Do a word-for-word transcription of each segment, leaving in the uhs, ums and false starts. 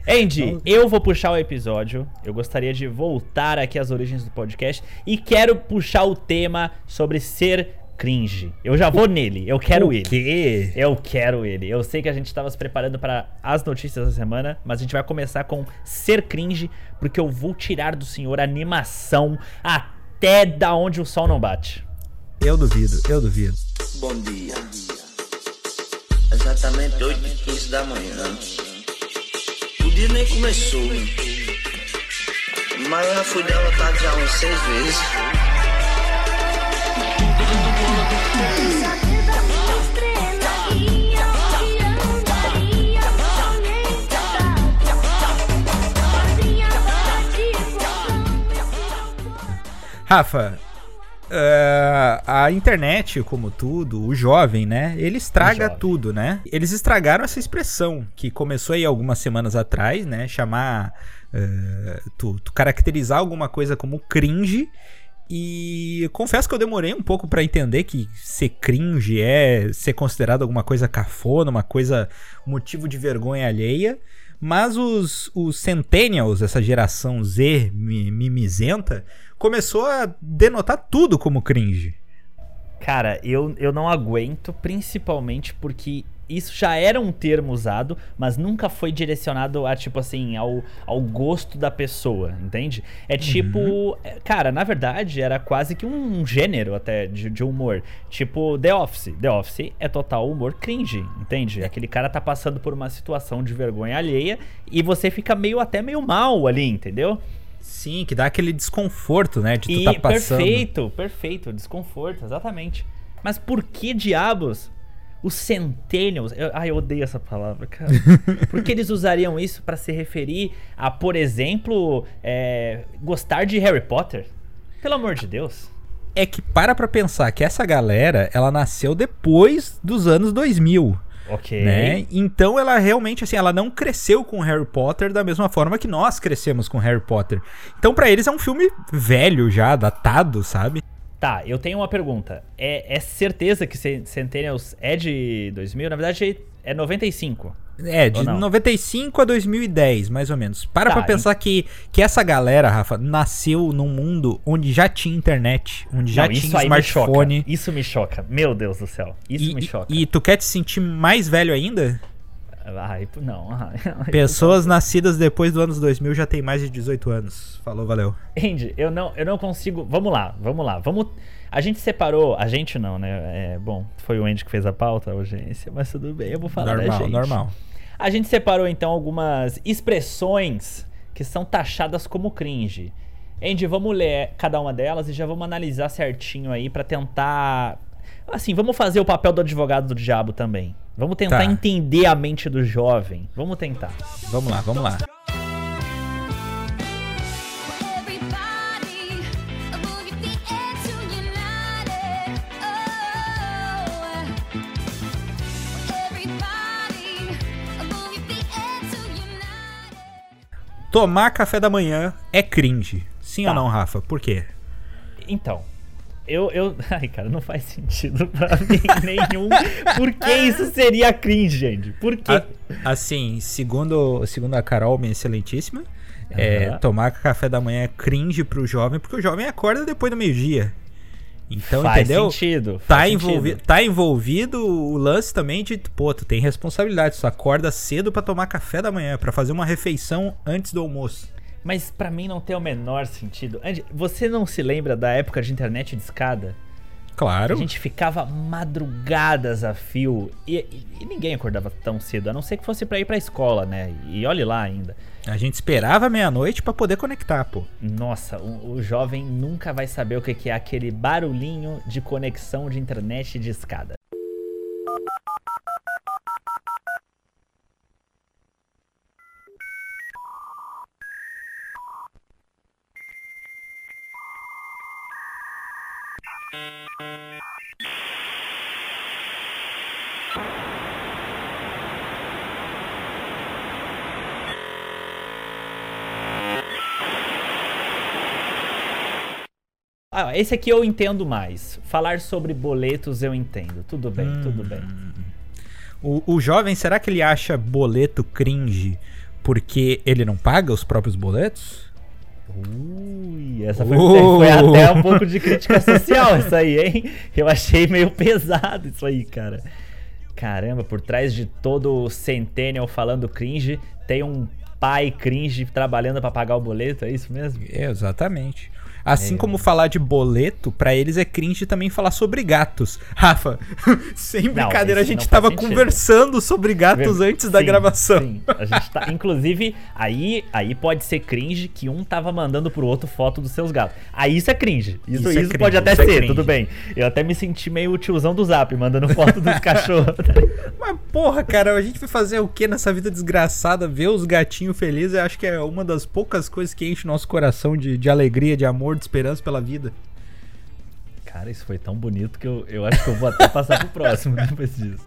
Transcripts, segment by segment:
Andy, Então- eu vou puxar o episódio. Eu gostaria de voltar aqui às origens do podcast e quero puxar o tema sobre ser cringe. Eu já vou nele, eu quero O ele. quê? Eu quero ele. Eu sei que a gente estava se preparando para as notícias da semana, mas a gente vai começar com ser cringe, porque eu vou tirar do senhor a animação até da onde o sol não bate. Eu duvido, eu duvido. Bom dia. Exatamente oito e quinze da manhã. O dia nem começou, mas eu já fui derrotado já umas seis vezes. Rafa, uh, a internet, como tudo, o jovem, né? Ele estraga jovem. tudo, né? Eles estragaram essa expressão que começou aí algumas semanas atrás, né? Chamar, uh, tu, tu caracterizar alguma coisa como cringe. E confesso que eu demorei um pouco pra entender que ser cringe é ser considerado alguma coisa cafona, uma coisa, motivo de vergonha alheia. Mas os, os Centennials, essa geração Z mimizenta, começou a denotar tudo como cringe. Cara, eu, eu não aguento, principalmente porque isso já era um termo usado, mas nunca foi direcionado a, tipo assim, ao, ao gosto da pessoa, entende? É tipo, uhum. Cara, na verdade era quase que um gênero até de, de humor, tipo The Office. The Office é total humor cringe, entende? Aquele cara tá passando por uma situação de vergonha alheia e você fica meio até meio mal ali, entendeu? Sim, que dá aquele desconforto, né, de tu e tá passando. Perfeito, perfeito, desconforto, exatamente. Mas por que diabos os Centennials... Eu, ai, eu odeio essa palavra, cara. Por que eles usariam isso pra se referir a, por exemplo, é, gostar de Harry Potter? Pelo amor de Deus. É que para pra pensar que essa galera, ela nasceu depois dos anos dois mil. Ok. Né? Então ela realmente, assim, ela não cresceu com Harry Potter da mesma forma que nós crescemos com Harry Potter. Então pra eles é um filme velho já, datado, sabe? Tá, eu tenho uma pergunta. É, é certeza que Centennials é de dois mil? Na verdade é noventa e cinco. É, de noventa e cinco a dois mil e dez, mais ou menos. Para tá, pra pensar que, que essa galera, Rafa, nasceu num mundo onde já tinha internet, onde já não, tinha isso aí smartphone. Me choca. Isso me choca. Meu Deus do céu. Isso e, me choca. E, e tu quer te sentir mais velho ainda? Ai, não. Ai, Pessoas nascidas depois do anos dois mil já tem mais de dezoito anos. Falou, valeu. Andy, eu não, eu não consigo... Vamos lá, vamos lá. Vamos... A gente separou... A gente não, né? É, bom, foi o Andy que fez a pauta, a urgência, mas tudo bem, eu vou falar normal, da gente. Normal, A gente separou, então, algumas expressões que são taxadas como cringe. Andy, vamos ler cada uma delas e já vamos analisar certinho aí pra tentar... Assim, vamos fazer o papel do advogado do diabo também. Vamos tentar tá. entender a mente do jovem. Vamos tentar. Vamos lá, vamos lá. Tomar café da manhã é cringe. Sim tá. ou não, Rafa? Por quê? Então, eu, eu... Ai, cara, não faz sentido pra mim nenhum. Por que isso seria cringe, gente? Por quê? A, assim, segundo, segundo a Carol, minha excelentíssima, uhum. é, tomar café da manhã é cringe pro jovem, porque o jovem acorda depois do meio-dia. Então, faz entendeu? Sentido, tá faz envolvi- sentido. Tá envolvido o lance também de, pô, tu tem responsabilidade, tu acorda cedo pra tomar café da manhã, pra fazer uma refeição antes do almoço. Mas pra mim não tem o menor sentido. Andy, você não se lembra da época de internet de escada? Claro. A gente ficava madrugadas a fio e, e, e ninguém acordava tão cedo, a não ser que fosse pra ir pra escola, né? E olhe lá ainda. A gente esperava meia-noite pra poder conectar, pô. Nossa, o, o jovem nunca vai saber o que, que é aquele barulhinho de conexão de internet de escada. Ah, esse aqui eu entendo mais. Falar sobre boletos eu entendo. Tudo bem, hum. tudo bem. O, o jovem, será que ele acha boleto cringe porque ele não paga os próprios boletos? Ui, essa foi, Uh. foi até um pouco de crítica social isso aí, hein? Eu achei meio pesado isso aí, cara. Caramba, por trás de todo o Centennial falando cringe, tem um pai cringe trabalhando pra pagar o boleto, é isso mesmo? É, exatamente. Assim É. como falar de boleto, pra eles é cringe também falar sobre gatos. Rafa, sem brincadeira, a isso gente não faz tava sentido. conversando sobre gatos antes da Sim, gravação. Sim, a gente tá. Inclusive, aí, aí pode ser cringe que um tava mandando pro outro foto dos seus gatos. Aí isso é cringe. Isso, Isso é isso cringe, pode até isso é ser, cringe. tudo bem. Eu até me senti meio o tiozão do Zap, mandando foto dos cachorros. Mas porra, cara, a gente vai fazer o que nessa vida desgraçada? Ver os gatinhos felizes, eu acho que é uma das poucas coisas que enche nosso coração de, de alegria, de amor, de esperança pela vida. Cara, isso foi tão bonito que eu, eu acho que eu vou até passar pro próximo depois disso.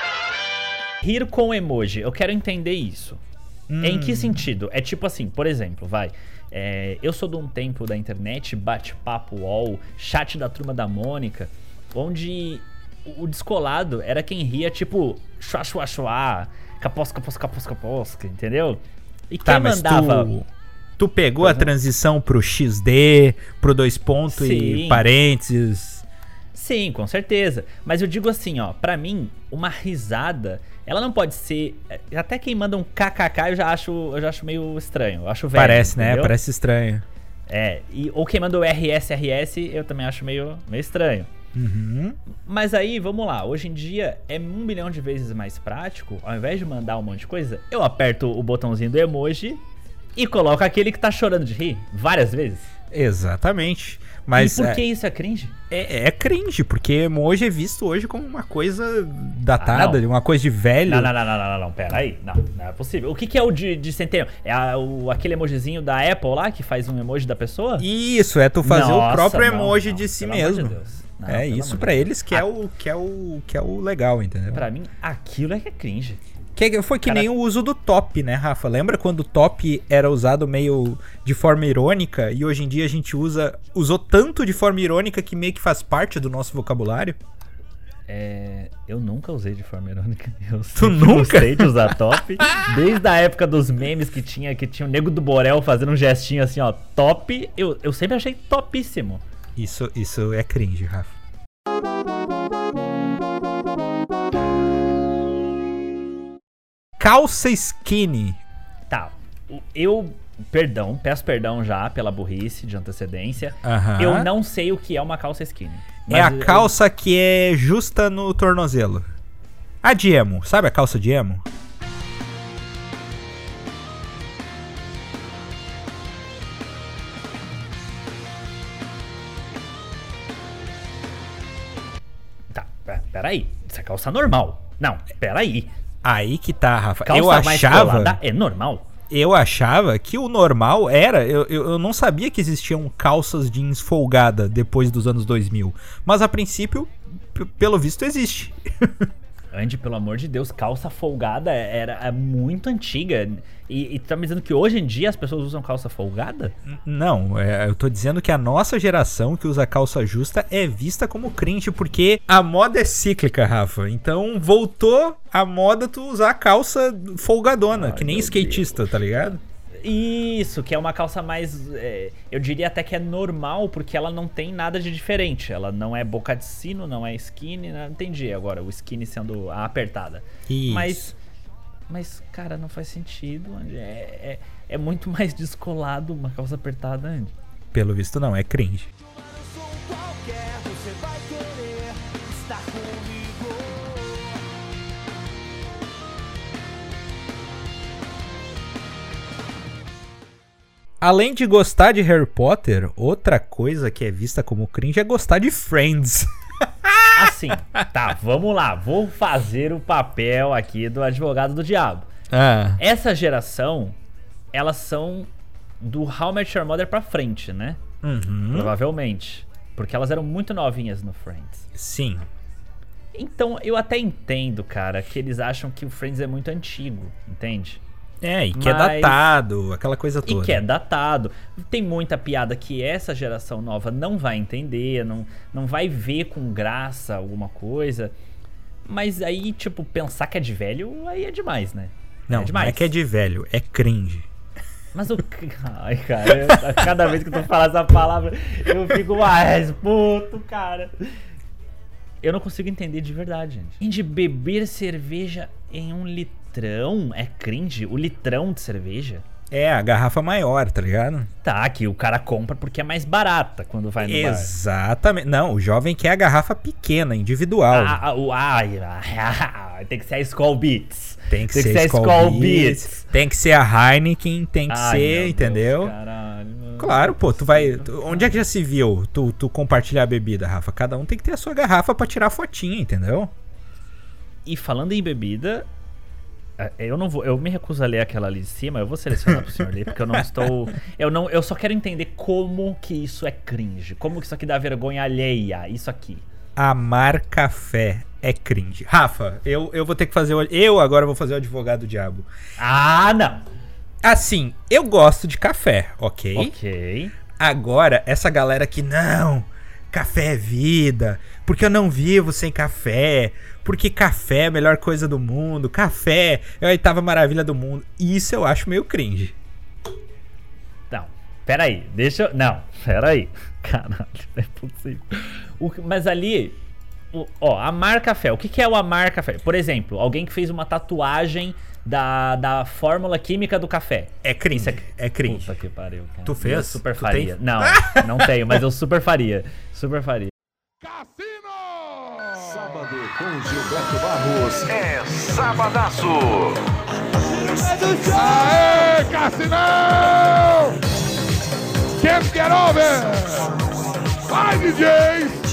Rir com emoji, eu quero entender isso. Hum. Em que sentido? É tipo assim, por exemplo, vai. É, eu sou de um tempo da internet, bate-papo, U O L, chat da Turma da Mônica, onde o, o descolado era quem ria tipo chua chua chua, caposca, caposca, caposca, caposca, entendeu? E quem Tá, mas mandava... tu, tu pegou Pois a não. transição pro X D, pro dois pontos Sim. e parênteses. Sim, com certeza. Mas eu digo assim, ó, pra mim, uma risada, ela não pode ser... Até quem manda um kkk eu já acho, eu já acho meio estranho, eu acho velho. Parece, né? entendeu? Parece estranho. É, e, ou quem manda o R S R S, eu também acho meio, meio estranho. Uhum. Mas aí, vamos lá, hoje em dia é um milhão de vezes mais prático, ao invés de mandar um monte de coisa, eu aperto o botãozinho do emoji e coloco aquele que tá chorando de rir, várias vezes. Exatamente. Mas e por é, que isso é cringe? é, é cringe, porque emoji é visto hoje como uma coisa datada, Ah, não. uma coisa de velho. Não, não, não, não, não, não, não, pera aí, não, não é possível. O que que é o de, de Centennial? É a- o, aquele emojizinho da Apple lá, que faz um emoji da pessoa? Isso, é tu fazer o Nossa, próprio não, emoji não, de si pelo amor de mesmo. Deus. Não, é pelo isso amor pra de Deus. eles que é o que é o que é o legal, entendeu? Pra mim, aquilo é que é cringe. Que foi que Cara- nem o uso do top, né, Rafa? Lembra quando o top era usado meio de forma irônica e hoje em dia a gente usa usou tanto de forma irônica que meio que faz parte do nosso vocabulário? É, eu nunca usei de forma irônica. Eu Tu sempre nunca? gostei de usar top. Desde a época dos memes que tinha, que tinha o Nego do Borel fazendo um gestinho assim, ó, top. Eu, eu sempre achei topíssimo. Isso, isso é cringe, Rafa. Calça skinny. Tá, o- eu, perdão, peço perdão já pela burrice de antecedência. Aham. Eu não sei o que é uma calça skinny. É a Mas eu- calça que é justa no tornozelo. A de emo, sabe a calça de emo? Tá, pe- peraí. Isso é calça normal. Não, peraí. Aí que tá, Rafa. Calça eu mais achava, colada é normal. eu achava que o normal era, eu, eu, eu não sabia que existiam calças jeans folgada depois dos anos dois mil, mas a princípio, p- pelo visto existe. Andy, pelo amor de Deus, calça folgada era é muito antiga. E, e tá me dizendo que hoje em dia as pessoas usam calça folgada? Não, é, eu tô dizendo que a nossa geração que usa calça justa é vista como cringe, porque a moda é cíclica, Rafa. Então voltou a moda tu usar calça folgadona, Ai, que nem meu skatista, tá ligado? Isso, que é uma calça mais. é, eu diria até que é normal, porque ela não tem nada de diferente. Ela não é boca de sino, não é skinny. Não entendi agora, o skinny sendo a apertada. Isso. Mas. Mas, cara, não faz sentido, Andy. É, é, é muito mais descolado uma calça apertada, Andy. Pelo visto não, é cringe. Qualquer, você vai querer estar comigo. Além de gostar de Harry Potter, outra coisa que é vista como cringe é gostar de Friends. Assim, tá, vamos lá. Vou fazer o papel aqui do advogado do diabo. Ah, Essa geração, elas são do How I Met Your Mother pra frente, né? uhum. Provavelmente. Porque elas eram muito novinhas no Friends. Sim. Então, eu até entendo, cara, que eles acham que o Friends é muito antigo, entende? É, e que é Mas- datado, aquela coisa toda. E que é datado. Tem muita piada que essa geração nova não vai entender, não, não vai ver com graça alguma coisa. Mas aí, tipo, pensar que é de velho, aí é demais, né? Não, é não demais. é que é de velho, é cringe. Mas o... Ai, cara, eu- cada vez que tu fala essa palavra, eu fico mais puto, cara. Eu não consigo entender de verdade, gente. De beber cerveja em um litrão é cringe? O litrão de cerveja? É, a garrafa maior, tá ligado? Tá, que o cara compra porque é mais barata quando vai no bar. Exatamente. Não, o jovem quer a garrafa pequena, individual. Ah, ah, o- ai, ah, tem que ser a Skol Beats. tem que tem ser, que ser Skol Skol Beats, Beats. tem que ser a Heineken, tem que Ai, ser, meu entendeu? Deus, caralho, mano. Claro, pô, tu vai... tu- onde é que já se viu tu, tu compartilhar a bebida, Rafa? Cada um tem que ter a sua garrafa pra tirar fotinha, entendeu? E falando em bebida, eh, eu não vou, eu me recuso a ler aquela ali de cima, eu vou selecionar pro senhor ler, porque eu não estou, eu não, eu só quero entender como que isso é cringe, como que isso aqui dá vergonha alheia, isso aqui. Amar café é cringe. Rafa, eu, eu vou ter que fazer... o- Eu agora vou fazer o advogado do diabo. Ah, não. Assim, eu gosto de café, ok? Ok. Agora, essa galera que não, café é vida, porque eu não vivo sem café, porque café é a melhor coisa do mundo, café é a oitava maravilha do mundo. Isso eu acho meio cringe. Não, peraí, deixa eu... Não, peraí. Caralho, não é possível. O que- mas ali, o- ó, amar café. O que, que é o amar café? Por exemplo, alguém que fez uma tatuagem da, da fórmula química do café. É cringe, Isso é cringe. Puta que pariu, cara. Tu fez? Eu super Tu faria. tem? Não, não tenho, mas eu super faria. Super faria. Sábado com Gilberto Barros é Sabadaço. Aê, Cassinão! Can't get over! Vai, D Js!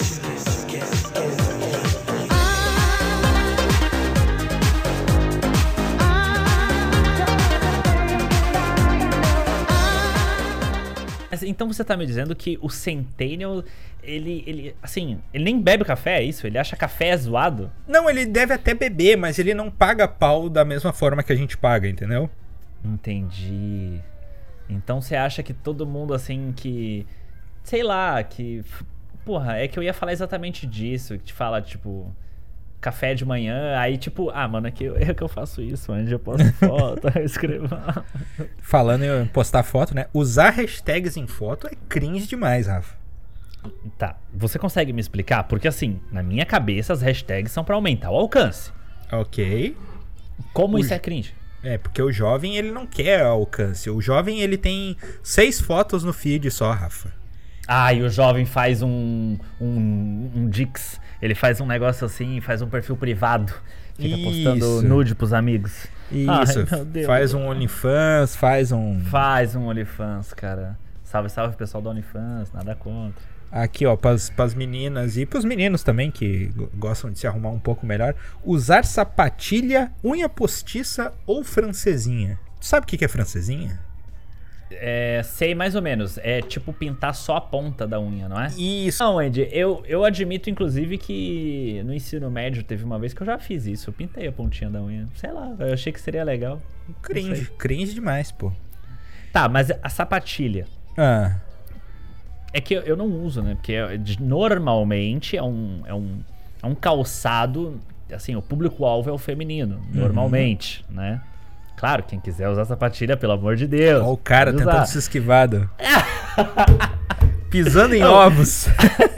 Mas então você tá me dizendo que o Centennial, ele, ele, assim, ele nem bebe café, é isso? Ele acha café zoado? Não, ele deve até beber, mas ele não paga pau da mesma forma que a gente paga, entendeu? Entendi. Então você acha que todo mundo, assim, que... Sei lá, que... Porra, é que eu ia falar exatamente disso. Que te fala, tipo... Café de manhã, aí tipo... Ah, mano, é que eu, é que eu faço isso, onde eu posto foto, eu escrevo... Falando em postar foto, né? Usar hashtags em foto é cringe demais, Rafa. Tá, você consegue me explicar? Porque assim, na minha cabeça as hashtags são pra aumentar o alcance. Ok. Como O isso j- é cringe? É, porque o jovem, ele não quer alcance. O jovem, ele tem seis fotos no feed só, Rafa. Ah, e o jovem faz um, um, um Dix. Ele faz um negócio assim, faz um perfil privado. Fica postando Isso. nude pros amigos. Isso, Ai, meu Deus. faz um OnlyFans, faz um... Faz um OnlyFans, cara. Salve, salve pessoal do OnlyFans, nada contra. Aqui, ó, pras, pras meninas e pros meninos também que go- gostam de se arrumar um pouco melhor. Usar sapatilha, unha postiça ou francesinha. Tu sabe o que que é francesinha? É, sei mais ou menos. É tipo pintar só a ponta da unha, não é? Isso. Não, Andy, eu, eu admito, inclusive, que no ensino médio teve uma vez que eu já fiz isso. Eu pintei a pontinha da unha. Sei lá, eu achei que seria legal. Não Cringe, sei. cringe demais, pô. Tá, mas a sapatilha. Ah, É que eu, eu não uso, né? Porque é de- normalmente é um, é, um, é um calçado. Assim, o público-alvo é o feminino. Normalmente, né? Claro, quem quiser usar sapatilha, pelo amor de Deus. ó o cara pode tentando usar. se esquivar. do- Pisando em ovos.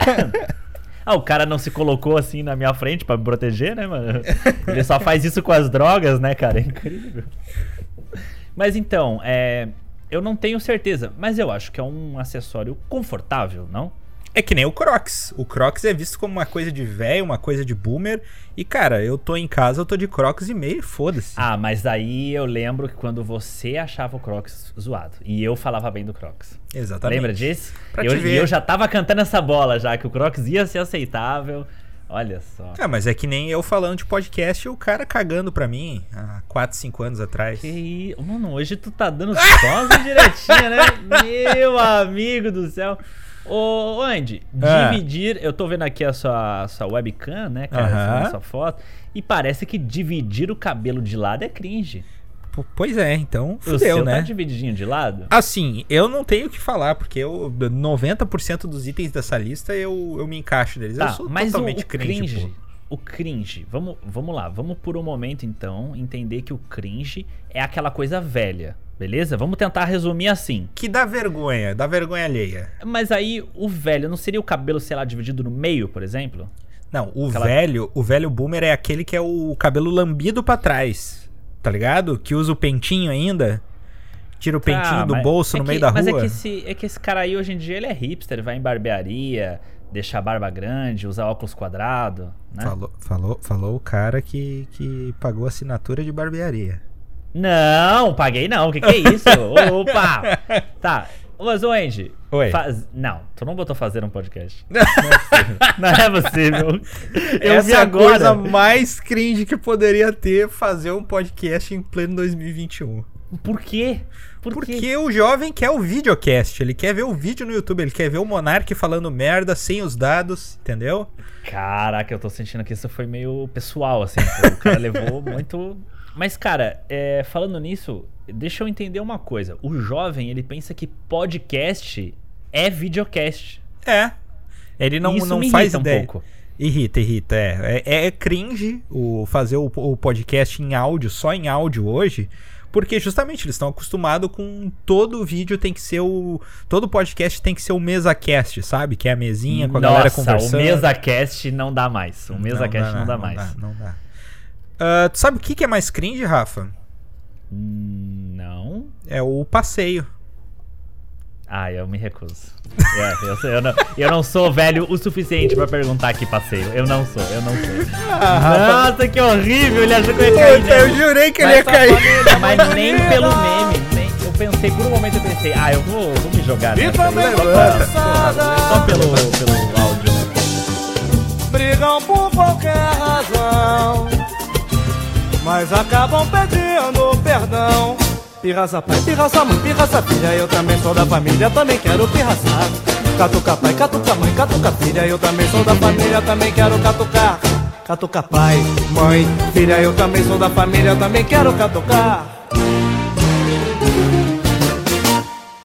Ah, o cara não se colocou assim na minha frente pra me proteger, né, mano? Ele só faz isso com as drogas, né, cara? É incrível. Mas então, é... eu não tenho certeza, mas eu acho que é um acessório confortável, não? É que nem o Crocs. O Crocs é visto como uma coisa de velho, uma coisa de boomer. E, cara, eu tô em casa, eu tô de Crocs e meio, foda-se. Ah, mas aí eu lembro que quando você achava o Crocs zoado e eu falava bem do Crocs. Exatamente. Lembra disso? Pra eu, te ver. E eu já tava cantando essa bola já, que o Crocs ia ser aceitável. Olha só. Ah, mas é que nem eu falando de podcast e o cara cagando pra mim há quatro, cinco anos atrás. Que... Mano, hoje tu tá dando só as direitinhas, né? Meu amigo do céu. Ô, Andy, Ah. dividir... Eu tô vendo aqui a sua, a sua webcam, né, cara? Aham. Essa foto. E parece que dividir o cabelo de lado é cringe. P- Pois é, então O fudeu, seu né? tá divididinho de lado? Assim, eu não tenho o que falar, porque eu, noventa por cento dos itens dessa lista eu, eu me encaixo deles. eu Tá, sou mas o, totalmente o cringe, cringe, pô. o cringe, vamos, vamos lá, vamos por um momento então entender que o cringe é aquela coisa velha, beleza? Vamos tentar resumir assim. Que dá vergonha, dá vergonha alheia. Mas aí o velho, não seria o cabelo, sei lá, dividido no meio, por exemplo? Não, o Aquela... velho, o velho boomer é aquele que é o cabelo lambido pra trás, tá ligado? Que usa o pentinho ainda, tira o pentinho Ah, do mas bolso é no que- meio da mas rua. é que, esse, é que esse cara aí hoje em dia ele é hipster, vai em barbearia, deixa a barba grande, usa óculos quadrado, né? Falou, falou, falou o cara que, que pagou assinatura de barbearia. Não, paguei não, o que que é isso? Opa! Tá, mas ô Andy, Oi. faz... não, tu não botou fazer um podcast. Não é possível. Eu Essa vi é a agora. coisa mais cringe que poderia ter, fazer um podcast em pleno dois mil e vinte e um. Por quê? Por Porque quê? o jovem quer o videocast, ele quer ver o vídeo no YouTube, ele quer ver o Monark falando merda sem os dados, entendeu? Caraca, eu tô sentindo que isso foi meio pessoal, assim. O cara levou muito... Mas, cara, é, falando nisso, deixa eu entender uma coisa. O jovem, ele pensa que podcast é videocast. É. Ele não, Isso não me faz irrita um ideia. pouco. Irrita, irrita, é. É, é cringe o fazer o, o podcast em áudio, só em áudio hoje, porque justamente eles estão acostumados com todo vídeo tem que ser o... Todo podcast tem que ser o MesaCast, sabe? Que é a mesinha com a galera conversando. o MesaCast não dá mais. O MesaCast não dá, não mais. Dá, não dá. Uh, tu sabe o que, que é mais cringe, Rafa? Hum, Não. É o passeio. Ah, eu me recuso. É, eu, sou- eu não, eu não sou velho o suficiente pra perguntar que passeio. Eu não sou, eu não sou. Nossa, que horrível! Ele achou que eu ia cair Puta, eu nele. jurei que ele Mas ia só cair. família, Mas nem pelo meme. Nem, eu pensei, por um momento eu pensei, ah, eu vou, vou me jogar E nessa. também Só, cansada, só pelo, pelo áudio. brigam por qualquer razão, mas acabam pedindo perdão. Pirraça pai, pirraça mãe, pirraça filha, eu também sou da família, também quero pirraçar. Catuca pai, catuca mãe, catuca filha, eu também sou da família, também quero catucar. Catuca pai, mãe, filha, eu também sou da família, também quero catucar.